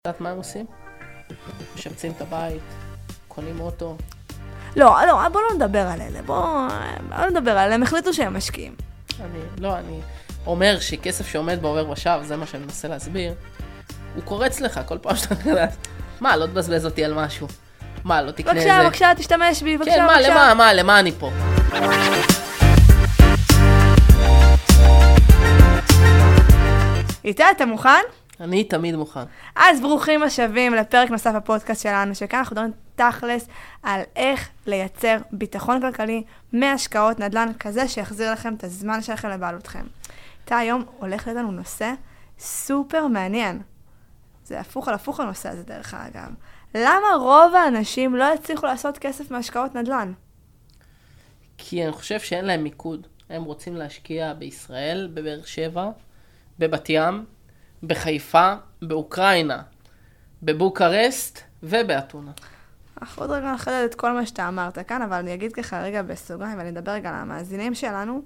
יודעת מה הם עושים? משפצים את הבית, קונים אוטו. לא, בוא לא נדבר על אלה, בוא לא נדבר על אלה, הם החליטו שהם משקיעים. אני אומר שכסף שעומד בעובר ושב, זה מה שאני מנסה להסביר, הוא קורץ לך כל פעם שאתה יודעת, מה, לא תבזבז אותי על משהו? מה, לא תקנה איזה... בבקשה, תשתמש בי, בבקשה, כן, למה אני פה? איתי, אתה מוכן? אני תמיד מוכן. אז ברוכים השבים לפרק נוסף בפודקאסט שלנו, שכאן אנחנו מדברים תכלס על איך לייצר ביטחון כלכלי מהשקעות נדל"ן כזה שיחזיר לכם את הזמן שלכם לבעלותכם. איתי, היום הולך לנו נושא סופר מעניין. זה הפוך על הפוך הנושא הזה דרך אגב. למה רוב האנשים לא יצליחו לעשות כסף מהשקעות נדל"ן? כי אני חושב שאין להם מיקוד. הם רוצים להשקיע בישראל, בבאר שבע, בבת ים, בחיפה, באוקראינה, בבוקרשט ובאתונה. אנחנו עוד רגע נחדד את כל מה שאתה אמרת כאן, אבל אני אגיד ככה רגע בסוגריים, ואני אדבר רגע על המאזינים שלנו.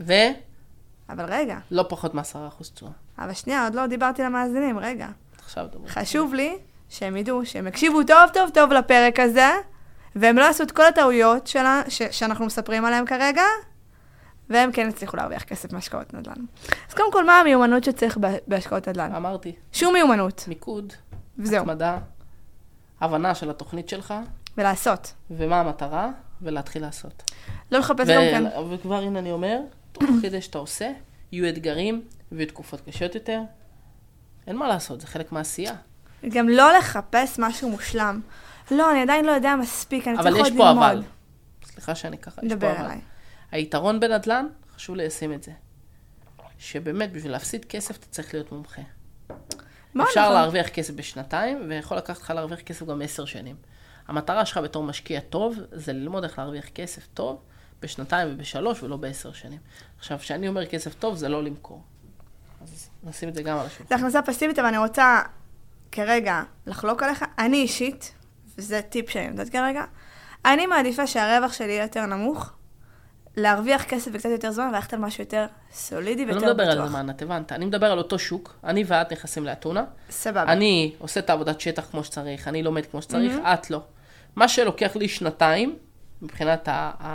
אבל רגע. לא פחות מ10% תשואה. אבל שנייה, עוד לא דיברתי למאזינים, רגע. עכשיו דבר. חשוב לי שהם ידעו, שהם יקשיבו טוב לפרק הזה, והם לא עשו את כל הטעויות שאנחנו מספרים עליהם כרגע, והם כן הצליחו להרוויח כסף מהשקעות נדל"ן. אז קודם כל, מה המיומנות שצריך בהשקעות נדל"ן? אמרתי. שום מיומנות. מיקוד, וזהו. התמדה, הבנה של התוכנית שלך. ולעשות. ומה המטרה, ולהתחיל לעשות. לא לחפש גם כן. וכבר הנה אני אומר, תוך כדי שאתה עושה, יהיו אתגרים ויהיו תקופות קשות יותר. אין מה לעשות, זה חלק מהעשייה. גם לא לחפש משהו מושלם. לא, אני עדיין לא יודע מספיק, אני צריך עוד ללמוד. אבל יש פה אבל. סליחה שאני ככה, יש פה דבר אבל. עליי. היתרון בנדל"ן, חשוב ליישם את זה. שבאמת, בשביל להפסיד כסף, אתה צריך להיות מומחה. אפשר להרוויח כסף בשנתיים, ויכול לקחת לך להרוויח כסף גם 10 שנים. המטרה שלך בתור משקיע טוב, זה ללמוד איך להרוויח כסף טוב, בשנתיים וב3 ולא ב10 שנים. עכשיו, כשאני אומר כסף טוב, זה לא למכור. אז נשים את זה גם על השולחן. זה הכנסה פסיבית, אבל אני רוצה כרגע לחלוק עליך. אני אישית, וזה טיפ שאני יודעת כרגע, אני מעדיפה שהרווח שלי יהיה יותר נמוך, להרוויח כסף בקצת יותר זמן, וללכת על משהו יותר סולידי ויותר בטוח. אני לא מדבר על זמן, את הבנת. אני מדבר על אותו שוק, אני ואת נכנסים לאתונה. סבבה. אני עושה את העבודת שטח כמו שצריך, אני לומד כמו שצריך, את לא. מה שלוקח לי שנתיים, מבחינת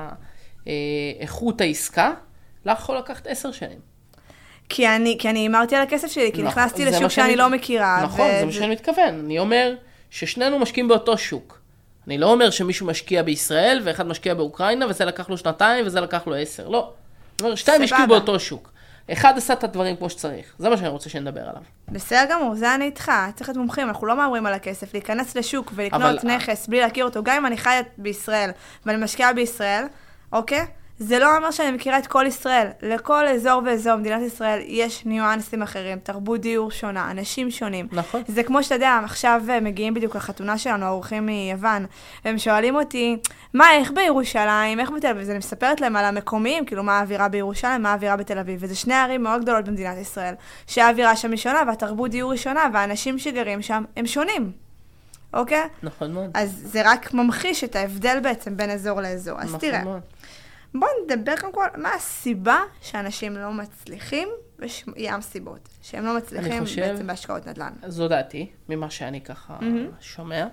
איכות העסקה, לך יכול לקחת 10 שנים. כי אני אמרתי על הכסף שלי, כי נכנסתי לשוק שאני לא מכירה. נכון, זה מה שאני מתכוון. אני אומר ששנינו משקיעים באותו שוק. אני לא אומר שמישהו משקיע בישראל, ואחד משקיע באוקראינה, וזה לקח לו 2 וזה לקח לו 10. לא. אני אומר, 2 השקיעו באותו שוק. אחד עשה את הדברים כמו שצריך. זה מה שאני רוצה שנדבר עליו. בסדר גמור, זה אני איתך. צריך להיות מומחים, אנחנו לא מאמרים על הכסף. להיכנס לשוק ולקנות נכס בלי להכיר אותו, גם אם אני חיה בישראל ואני משקיעה בישראל, אוקיי? זה לא אומר שאני מכירה את כל ישראל. לכל אזור ואזור, מדינת ישראל, יש ניואנסים אחרים, תרבות דיור שונה, אנשים שונים. נכון. זה כמו שאתה יודע, עכשיו מגיעים בדיוק לחתונה שלנו, האורחים מיוון, והם שואלים אותי, מה, איך בירושלים, איך בתל אביב? אז אני מספרת להם על המקומיים, כאילו מה האווירה בירושלים, מה האווירה בתל אביב, וזה 2 ערים מאוד גדולות במדינת ישראל, שהאווירה שם היא שונה, והתרבות דיור היא שונה, והאנשים שגרים שם הם שונים. אוקיי? נכון מאוד. אז זה רק ממחיש את ההבדל בעצם בין אזור לאזור. אז תראה. בואו נדבר קודם כל, מה הסיבה שאנשים לא מצליחים, ים סיבות, שהם לא מצליחים בעצם בהשקעות נדל"ן. זו דעתי, ממה שאני ככה שומע,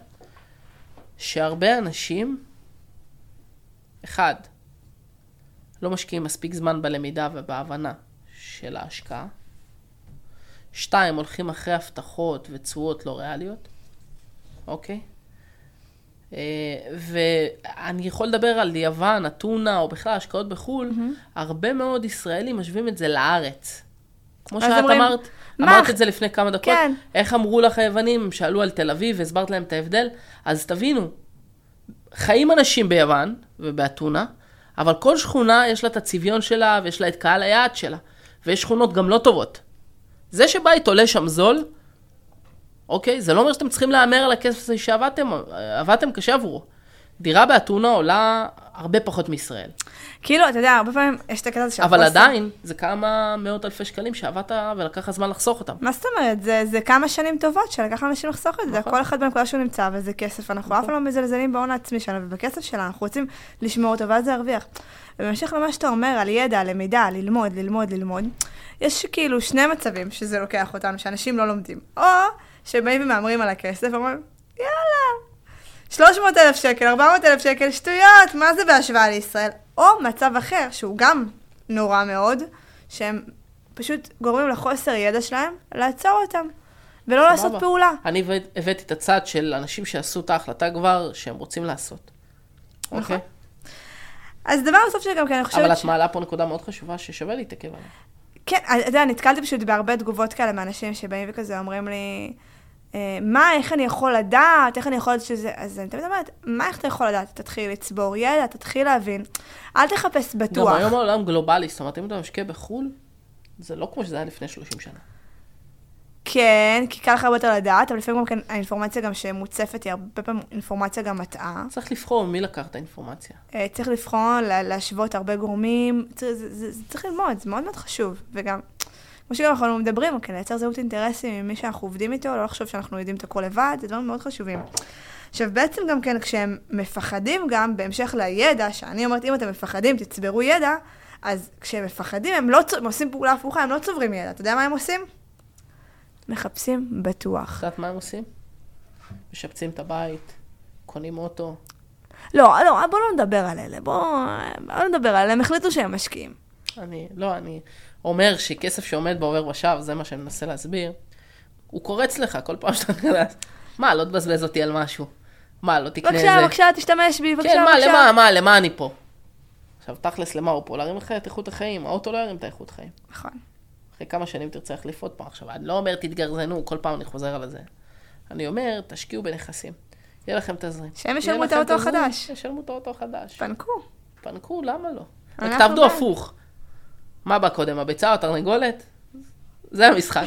שהרבה אנשים, 1, לא משקיעים מספיק זמן בלמידה ובהבנה של ההשקעה, 2, הולכים אחרי הבטחות ותשואות לא ריאליות, אוקיי? ואני יכול לדבר על יוון, אתונה, או בכלל השקעות בחול, הרבה מאוד ישראלים משווים את זה לארץ. כמו שאת אמרת את זה לפני כמה דקות, איך אמרו לך היוונים, הם שאלו על תל אביב, והסברת להם את ההבדל, אז תבינו, חיים אנשים ביוון ובאתונה, אבל כל שכונה יש לה את הצביון שלה, ויש לה את קהל היעד שלה, ויש שכונות גם לא טובות. זה שבית עולה שם זול, אוקיי? זה לא אומר שאתם צריכים להאמר על הכסף הזה שעבדתם קשה עבורו. דירה באתונה עולה הרבה פחות מישראל. כאילו, אתה יודע, הרבה פעמים יש את הקטע של... אבל עדיין, זה כמה מאות אלפי שקלים שעבדת ולקח הזמן לחסוך אותם. מה זאת אומרת? זה כמה שנים טובות שלקח לאנשים לחסוך את זה. כל אחד בנקודה שהוא נמצא, וזה כסף. אנחנו אף פעם לא מזלזלים בהון העצמי שלנו, ובכסף שלנו אנחנו רוצים לשמור אותו, ואז זה ירוויח. ובמשך למה שאתה אומר על ידע, על למידה, ללמוד, יש כאילו 2 מצבים שזה לוקח אותנו, שאנשים לא לומדים. או שבאים ומאמרים על הכסף, ואומרים, יאללה, 300,000 שקל, 400,000 שקל, שטויות, מה זה בהשוואה לישראל? או מצב אחר, שהוא גם נורא מאוד, שהם פשוט גורמים לחוסר ידע שלהם, לעצור אותם, ולא לעשות פעולה. אני הבאתי את הצד של אנשים שעשו את ההחלטה כבר, שהם רוצים לעשות. נכון. אז דבר נוסף שגם כן, אני חושבת... אבל את מעלה פה נקודה מאוד חשובה, ששווה להתעכב עליה. כן, אתה יודע, נתקלתי פשוט בהרבה תגובות כאלה מאנשים שבאים וכזה אומרים לי, מה, איך אני יכול לדעת, איך אני יכול לדעת שזה... אז אני תמיד אומרת, מה, איך אתה יכול לדעת? תתחיל לצבור ידע, תתחיל להבין. אל תחפש בטוח. גם היום העולם גלובלי, זאת אומרת, אם אתה משקיע בחול, זה לא כמו שזה היה לפני 30 שנה. כן, כי קל לך הרבה יותר לדעת, אבל לפעמים גם כן, האינפורמציה גם שמוצפת היא הרבה פעמים אינפורמציה גם מטעה. צריך לבחור מי לקח את האינפורמציה. צריך לבחור, להשוות הרבה גורמים, צריך ללמוד, זה מאוד מאוד חשוב. וגם, כמו שגם אנחנו מדברים, כן, לייצר זהות אינטרסים עם מי שאנחנו עובדים איתו, לא לחשוב שאנחנו יודעים את הכל לבד, זה דברים מאוד חשובים. עכשיו, בעצם גם כן, כשהם מפחדים גם, בהמשך לידע, שאני אומרת, אם אתם מפחדים, תצברו ידע, אז כשהם מפחדים, הם עושים פעולה הפוכה, הם לא צוברים ידע. אתה יודע מה הם עושים? מחפשים בטוח. את יודעת מה הם עושים? משפצים את הבית, קונים אוטו. לא, בוא לא נדבר על אלה, בוא לא נדבר על אלה, הם החליטו שהם משקיעים. אני אומר שכסף שעומד בעובר ושב, זה מה שאני מנסה להסביר, הוא קורץ לך כל פעם שאתה נראה, מה, לא תבזבז אותי על משהו? מה, לא תקנה איזה... בבקשה, תשתמש בי, בבקשה, כן, למה אני פה? עכשיו, תכלס, למה הוא פה? להרים לך את איכות החיים, האוטו לא ירים את האיכות החיים. נכון. אחרי כמה שנים תרצה להחליף עוד פעם. עכשיו, אני לא אומר תתגרזנו, כל פעם אני חוזר על זה. אני אומר, תשקיעו בנכסים. יהיה לכם תזרים. שהם ישלמו את האוטו החדש. ישלמו את האוטו החדש. פנקו, למה לא? רק תעבדו הפוך. מה בא קודם, הביצה או התרנגולת? זה המשחק.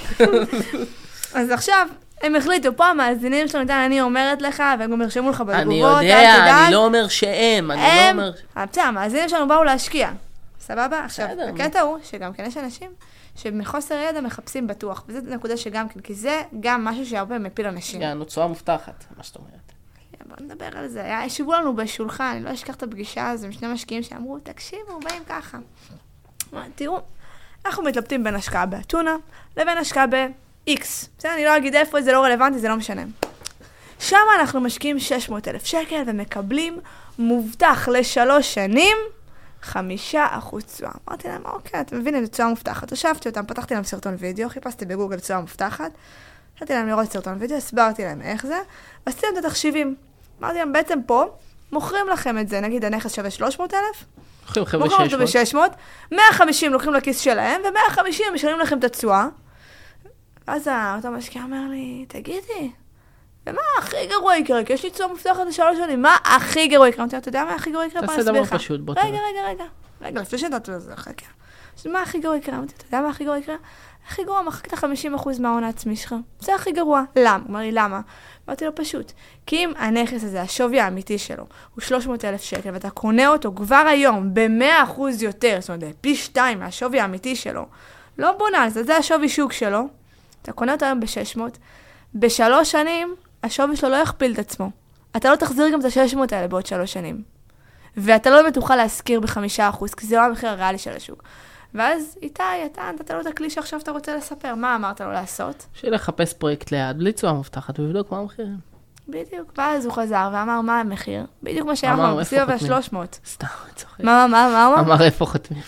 אז עכשיו, הם החליטו, פה המאזינים שלנו, אני אומרת לך, והם גם ירשמו לך בתגובות. אני יודע, אני לא אומר שהם, המאזינים שלנו באו להשקיע. סבבה? עכשיו, הקטע הוא שגם כן יש אנשים שמחוסר ידע מחפשים בטוח, וזו נקודה שגם כן, כי זה גם משהו שהרבה מפיל אנשים. יענו, צועה מובטחת, מה שאת אומרת. בוא נדבר על זה. ישבו לנו בשולחן, אני לא אשכח את הפגישה הזו, עם שני משקיעים שאמרו, תקשיבו, באים ככה. תראו, אנחנו מתלבטים בין השקעה באתונה, לבין השקעה ב-X. בסדר, אני לא אגיד איפה, זה לא רלוונטי, זה לא משנה. שם אנחנו משקיעים 600,000 שקל, ומקבלים מובטח ל3 שנים, 5% תשואה. אמרתי להם, אוקיי, אתם מבינים, זו תשואה מובטחת. השבתי אותם, פתחתי להם סרטון וידאו, חיפשתי בגוגל תשואה מובטחת, נתתי להם לראות סרטון וידאו, הסברתי להם איך זה, ועשיתי להם את התחשיבים. אמרתי להם, בעצם פה, מוכרים לכם את זה, נגיד הנכס שווה 300,000, מוכרים אותו ב-600, 150 לוקחים לכיס שלהם, ו150 משלמים לכם את התשואה. ואז אותו משקיע אומר לי, תגידי, ומה הכי גרוע יקרה? כי יש לי תשואה מובטחת ל3 שנים, מה הכי גרוע יקרה? אתה יודע מה הכי גרוע יקרה? תעשה דבר פשוט, בוא תראה. רגע, לפני שדעת לזה, חכה. מה הכי גרוע יקרה? אתה יודע מה הכי גרוע יקרה? הכי גרוע, מחקת 50% מההון העצמי שלך. זה הכי גרוע. למה? הוא אומר לי, למה? אמרתי לו פשוט. כי אם הנכס הזה, השווי האמיתי שלו, הוא 300,000 שקל, ואתה קונה אותו כבר היום ב100% יותר, זאת אומרת, פי 2 מהשווי האמיתי שלו, לא בונה על זה, זה השווי שוק שלו, אתה קונה אותו היום ב600, ב3 שנים, השווי שלו לא יכפיל את עצמו. אתה לא תחזיר גם את ה600 האלה בעוד 3 שנים. ואתה לא באמת תוכל להזכיר ב5%, כי זה לא המחיר הריאלי של השוק. ואז איתי, אתה נתת לו את הכלי שעכשיו אתה רוצה לספר. מה אמרת לו לעשות? שלחפש פרויקט ליד, בלי תשואה מובטחת, ולבדוק מה המחירים. בדיוק. ואז הוא חזר ואמר, מה המחיר? בדיוק מה שאמר, בסביב ה-300. סתם, אני צוחק. מה הוא אמר? אמר איפה חותמים.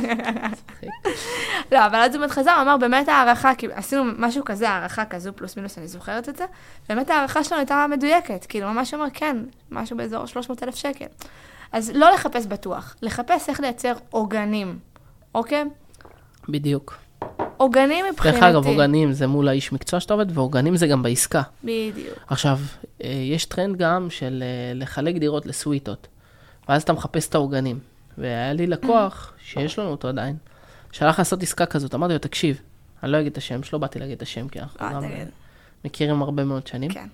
לא, אבל אז הוא חזר, אמר, באמת הערכה, כי עשינו משהו כזה, הערכה כזו, פלוס מינוס, אני זוכרת את זה, באמת הערכה שלנו הייתה מדויקת, כאילו ממש אומר, כן, משהו באזור 300,000 שקל. אז לא לחפש בטוח, לחפש איך לייצר עוגנים, אוקיי? בדיוק. עוגנים מבחינתי. דרך אגב, עוגנים זה מול האיש מקצוע שאתה עובד, ועוגנים זה גם בעסקה. בדיוק. עכשיו, יש טרנד גם של לחלק דירות לסוויטות, ואז אתה מחפש את העוגנים. והיה לי לקוח, שיש לנו אותו עדיין, שהלך לעשות עסקה כזאת, אמרתי לו, תקשיב, אני לא אגיד את השם, שלא באתי להגיד את השם, כי אנחנו גם מכירים הרבה מאוד שנים. כן.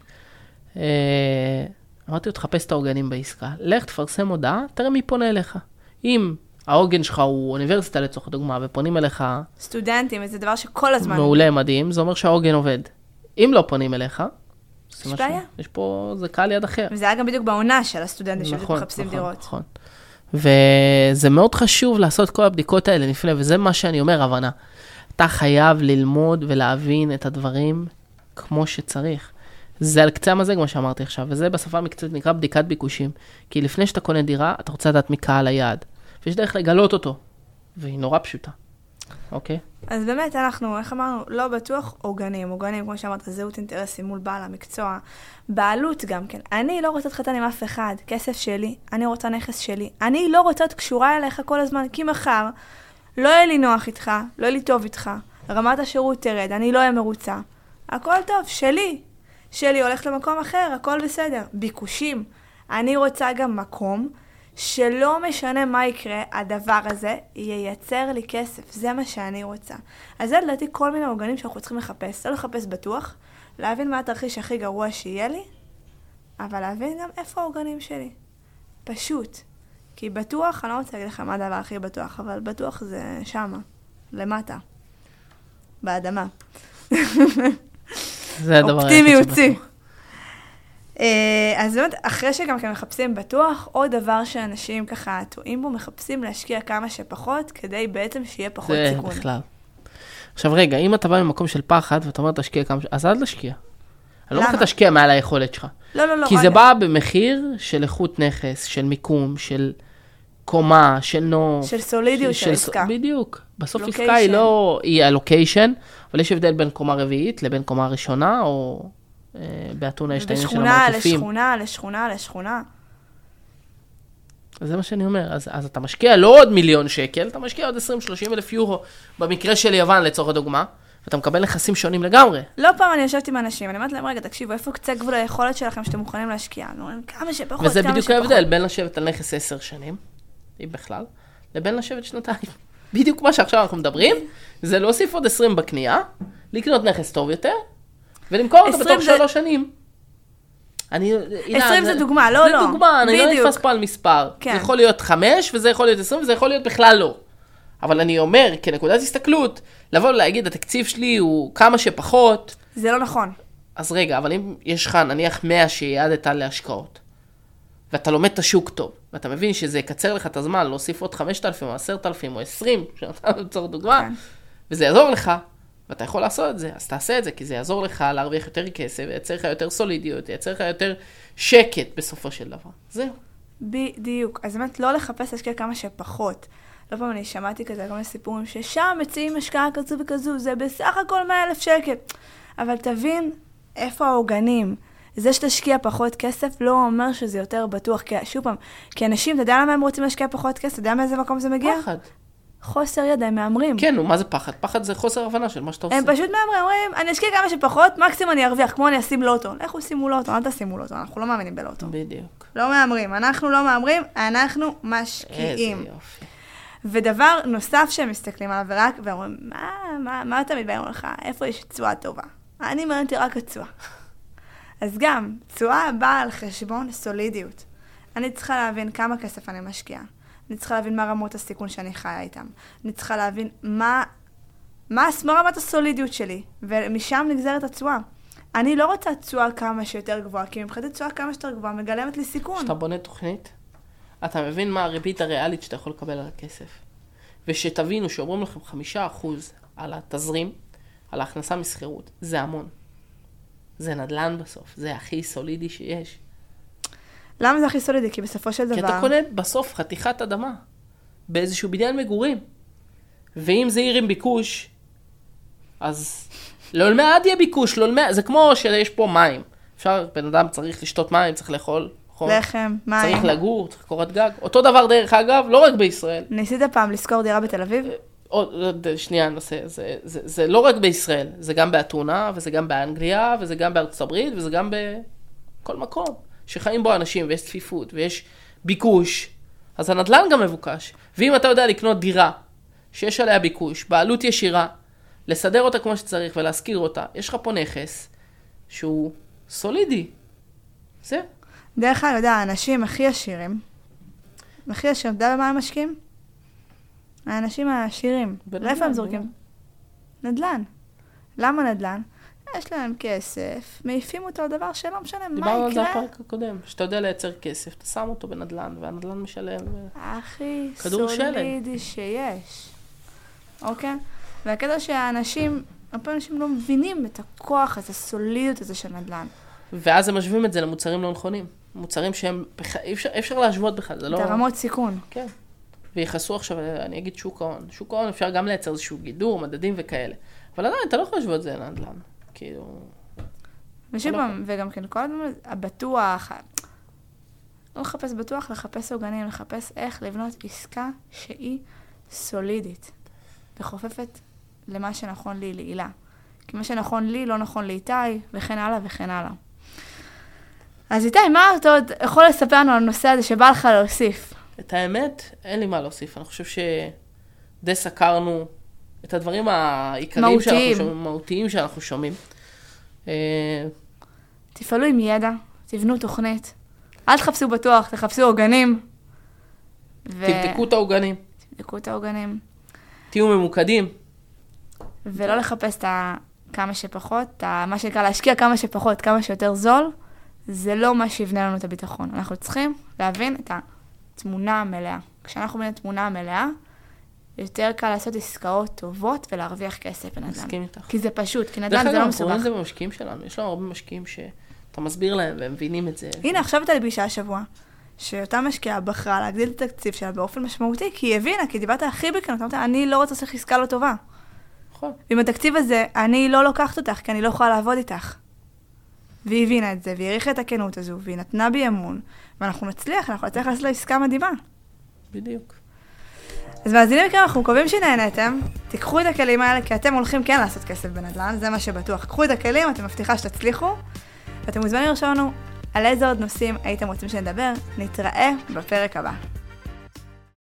אמרתי לו, תחפש את העוגנים בעסקה, לך תפרסם הודעה, תראה מי פונה אליך. אם העוגן שלך הוא אוניברסיטה לצורך הדוגמה, ופונים אליך... סטודנטים, זה דבר שכל הזמן... מעולה, מדהים, זה אומר שהעוגן עובד. אם לא פונים אליך... יש בעיה. יש פה, זה קהל יד אחר. וזה היה גם בדיוק בעונה של הסטודנטים שמחפשים דירות. נכון. וזה מאוד חשוב לעשות כל הבדיקות האלה לפני, וזה מה שאני אומר, הבנה. אתה חייב ללמוד ולהבין את הדברים כמו שצריך. זה על קצה המזג, מה שאמרתי עכשיו, וזה בשפה המקצועית נקרא בדיקת ביקושים. כי לפני שאתה קונה דירה, אתה רוצה לדעת מקהל היעד. ויש דרך לגלות אותו, והיא נורא פשוטה. אוקיי? אז באמת אנחנו, איך אמרנו, לא בטוח עוגנים, כמו שאמרת, זהות אינטרסים מול בעל המקצוע, בעלות גם כן. אני לא רוצה להתחתן עם אף אחד, כסף שלי, אני רוצה נכס שלי, אני לא רוצה להיות קשורה אליך כל הזמן, כי מחר לא יהיה לי נוח איתך, לא יהיה לי טוב איתך, רמת השירות תרד, אני לא אהיה מרוצה. הכל טוב, שלי הולך למקום אחר, הכל בסדר. ביקושים, אני רוצה גם מקום שלא משנה מה יקרה, הדבר הזה ייצר לי כסף. זה מה שאני רוצה. אז זה לדעתי כל מיני עוגנים שאנחנו צריכים לחפש. לא לחפש בטוח, להבין מה התרחיש הכי גרוע שיהיה לי, אבל להבין גם איפה העוגנים שלי. פשוט. כי בטוח, אני לא רוצה להגיד לך מה הדבר הכי בטוח, אבל בטוח זה שמה, למטה, באדמה. זה הדבר אופטימי יוציא. אז באמת, אחרי שגם כן מחפשים בטוח, עוד דבר שאנשים ככה טועים בו, מחפשים להשקיע כמה שפחות, כדי בעצם שיהיה פחות סיכון. זה בכלל. עכשיו רגע, אם אתה בא ממקום של פחד, ואתה אומר תשקיע כמה, אז אל תשקיע. אני לא אומר תשקיע מעל היכולת שלך. לא. כי זה בא במחיר של איכות נכס, של מיקום, של קומה, של נוף. של סולידיות של עסקה. בדיוק. בסוף עסקה היא לא, היא הלוקיישן, אבל יש הבדל בין קומה רביעית לבין קומה ראשונה, או באתונה יש את העניין של המרתפים. לשכונה. אז זה מה שאני אומר. אז אתה משקיע לא עוד $1,000,000, אתה משקיע עוד 20-30 אלף יורו, במקרה של יוון לצורך הדוגמה, ואתה מקבל נכסים שונים לגמרי. לא פעם אני יושבת עם אנשים, אני אומרת להם, רגע, תקשיבו, איפה קצה גבול היכולת שלכם שאתם מוכנים להשקיע? כמה שפחות, וזה בדיוק ההבדל, בין לשבת על נכס 10 שנים, בכלל, לבין לשבת 2 שנים. בדיוק מה שעכשיו אנחנו מדברים, זה להוסיף עוד 20 בקנייה, לקנות נכס טוב יותר, ולמכור אותו בתוך 3 שנים. 20 זה דוגמה, לא. זה דוגמה, אני לא נתפס פה על מספר. זה יכול להיות 5, וזה יכול להיות 20, וזה יכול להיות בכלל לא. אבל אני אומר, כנקודת הסתכלות, לבוא להגיד, התקציב שלי הוא כמה שפחות. זה לא נכון. אז רגע, אבל אם יש לך נניח 100 שיעדת להשקעות, ואתה לומד את השוק טוב, ואתה מבין שזה יקצר לך את הזמן, להוסיף עוד 5,000 או 10,000 או 20, שאתה לצורך דוגמה, וזה יעזור לך, ואתה יכול לעשות את זה, אז תעשה את זה, כי זה יעזור לך להרוויח יותר כסף, וייצר לך יותר סולידיות, וייצר לך יותר שקט בסופו של דבר. זהו. בדיוק. אז באמת לא לחפש להשקיע כמה שפחות. לא פעם אני שמעתי כזה כל מיני סיפורים ששם מציעים השקעה כזו וכזו, זה בסך הכל 100,000 שקל. אבל תבין איפה העוגנים. זה שתשקיע פחות כסף לא אומר שזה יותר בטוח. שוב פעם, כי אנשים, אתה יודע למה הם רוצים להשקיע פחות כסף? אתה יודע מאיזה מקום זה מגיע? פחד. חוסר ידע, הם מאמרים. כן, מה זה פחד? פחד זה חוסר הבנה של מה שאתה עושה. הם פשוט מאמרים, אומרים, אני אשקיע כמה שפחות, מקסימום אני ארוויח, כמו אני אשים לוטו. לכו שימו לוטו, אל תשימו לוטו, אנחנו לא מאמינים בלוטו. בדיוק. לא מאמרים, אנחנו לא מאמרים, אנחנו משקיעים. איזה יופי. ודבר נוסף שהם מסתכלים עליו ורק, ואומרים, מה תמיד באים לך? איפה יש תשואה טובה? אני מעוניינת רק התשואה. אז גם, תשואה באה על חשבון סולידיות. אני צריכה להבין כמה כסף אני משקיעה. אני צריכה להבין מה רמות הסיכון שאני חיה איתם. אני צריכה להבין מה רמת הסולידיות שלי, ומשם נגזרת התשואה. אני לא רוצה תשואה כמה שיותר גבוהה, כי מבחינת תשואה כמה שיותר גבוהה מגלמת לי סיכון. כשאתה בונה תוכנית, אתה מבין מה הריבית הריאלית שאתה יכול לקבל על הכסף. ושתבינו שאומרים לכם 5% על התזרים, על ההכנסה מסחירות, זה המון. זה נדל"ן בסוף, זה הכי סולידי שיש. למה זה הכי סולידי? כי בסופו של דבר... כי אתה קונה בסוף חתיכת אדמה, באיזשהו בניין מגורים. ואם זה עיר עם ביקוש, אז לעולמי עד יהיה ביקוש, זה כמו שיש פה מים. אפשר, בן אדם צריך לשתות מים, צריך לאכול. לחם, מים. צריך לגור, צריך קורת גג. אותו דבר דרך אגב, לא רק בישראל. ניסית פעם לשכור דירה בתל אביב? שנייה, זה לא רק בישראל, זה גם באתונה, וזה גם באנגליה, וזה גם בארצות הברית, וזה גם בכל מקום. שחיים בו אנשים, ויש צפיפות, ויש ביקוש, אז הנדל"ן גם מבוקש. ואם אתה יודע לקנות דירה, שיש עליה ביקוש, בעלות ישירה, לסדר אותה כמו שצריך ולהזכיר אותה, יש לך פה נכס שהוא סולידי. זה. דרך אגב, האנשים הכי עשירים, אתה יודע במה הם משקיעים? האנשים העשירים. לאיפה הם זורקים? נדל"ן. למה נדל"ן? יש להם כסף, מעיפים אותו לדבר שלא משנה, מה יקרה? דיברנו על זה הפרק הקודם, שאתה יודע לייצר כסף, אתה שם אותו בנדל"ן, והנדל"ן משלם. הכי סולידי שיש. אוקיי? והקטע שהאנשים הרבה אנשים לא מבינים את הכוח הזה, הסולידיות הזה של נדל"ן. ואז הם משווים את זה למוצרים לא נכונים. מוצרים שהם, אפשר להשוות בכלל, זה לא... את הרמות סיכון. כן. ויחסו עכשיו, אני אגיד שוק ההון. שוק ההון אפשר גם לייצר איזשהו גידור, מדדים וכאלה. אבל עדיין, אתה לא יכול להשוות את זה לנדל"ן. כאילו... וגם כן, כל הזמן, הבטוח, לא לחפש בטוח, לחפש עוגנים, לחפש איך לבנות עסקה שהיא סולידית, וחופפת למה שנכון לי, לעילה. כי מה שנכון לי, לא נכון לאיתי, וכן הלאה וכן הלאה. אז איתי, מה אתה עוד יכול לספר לנו על הנושא הזה שבא לך להוסיף? את האמת, אין לי מה להוסיף. אני חושב שדי סקרנו את הדברים העיקריים מהותיים שאנחנו שומעים. תפעלו עם ידע, תבנו תוכנית. אל תחפשו בטוח, תחפשו עוגנים. תבדקו את העוגנים. תבדקו את העוגנים. תהיו ממוקדים. ולא לחפש את כמה שפחות, מה שנקרא להשקיע כמה שפחות, כמה שיותר זול, זה לא מה שיבנה לנו את הביטחון. אנחנו צריכים להבין את התמונה המלאה. כשאנחנו מבינים את התמונה המלאה, יותר קל לעשות עסקאות טובות ולהרוויח כסף בנדל"ן. מסכים איתך. כי זה פשוט, כי נדל"ן זה לא מסובך. אנחנו רואים את זה במשקיעים שלנו. יש לנו הרבה משקיעים שאתה מסביר להם והם מבינים את זה. הנה, עכשיו הייתה לי פגישה השבוע, שאותה משקיעה בחרה להגדיל את התקציב שלה באופן משמעותי, כי היא הבינה, כי דיברת הכי בכנות, אמרת, אני לא רוצה לעשות עסקה לא טובה. נכון. ועם התקציב הזה, אני לא לוקחת אותך, כי אני לא יכולה לעבוד איתך. והיא הבינה את זה, והיא העריכה את הכנות הזו, והיא נתנה בי אמון, ואנחנו נצליח לעשות לה עסקה מדהימה. בדיוק. אז מאזינים יקרים, אנחנו מקווים שנהנתם, תיקחו את הכלים האלה, כי אתם הולכים כן לעשות כסף בנדל"ן, זה מה שבטוח. קחו את הכלים, אתם מבטיחה שתצליחו, ואתם מוזמנים לרשום לנו על איזה עוד נושאים הייתם רוצים שנדבר. נתראה בפרק הבא.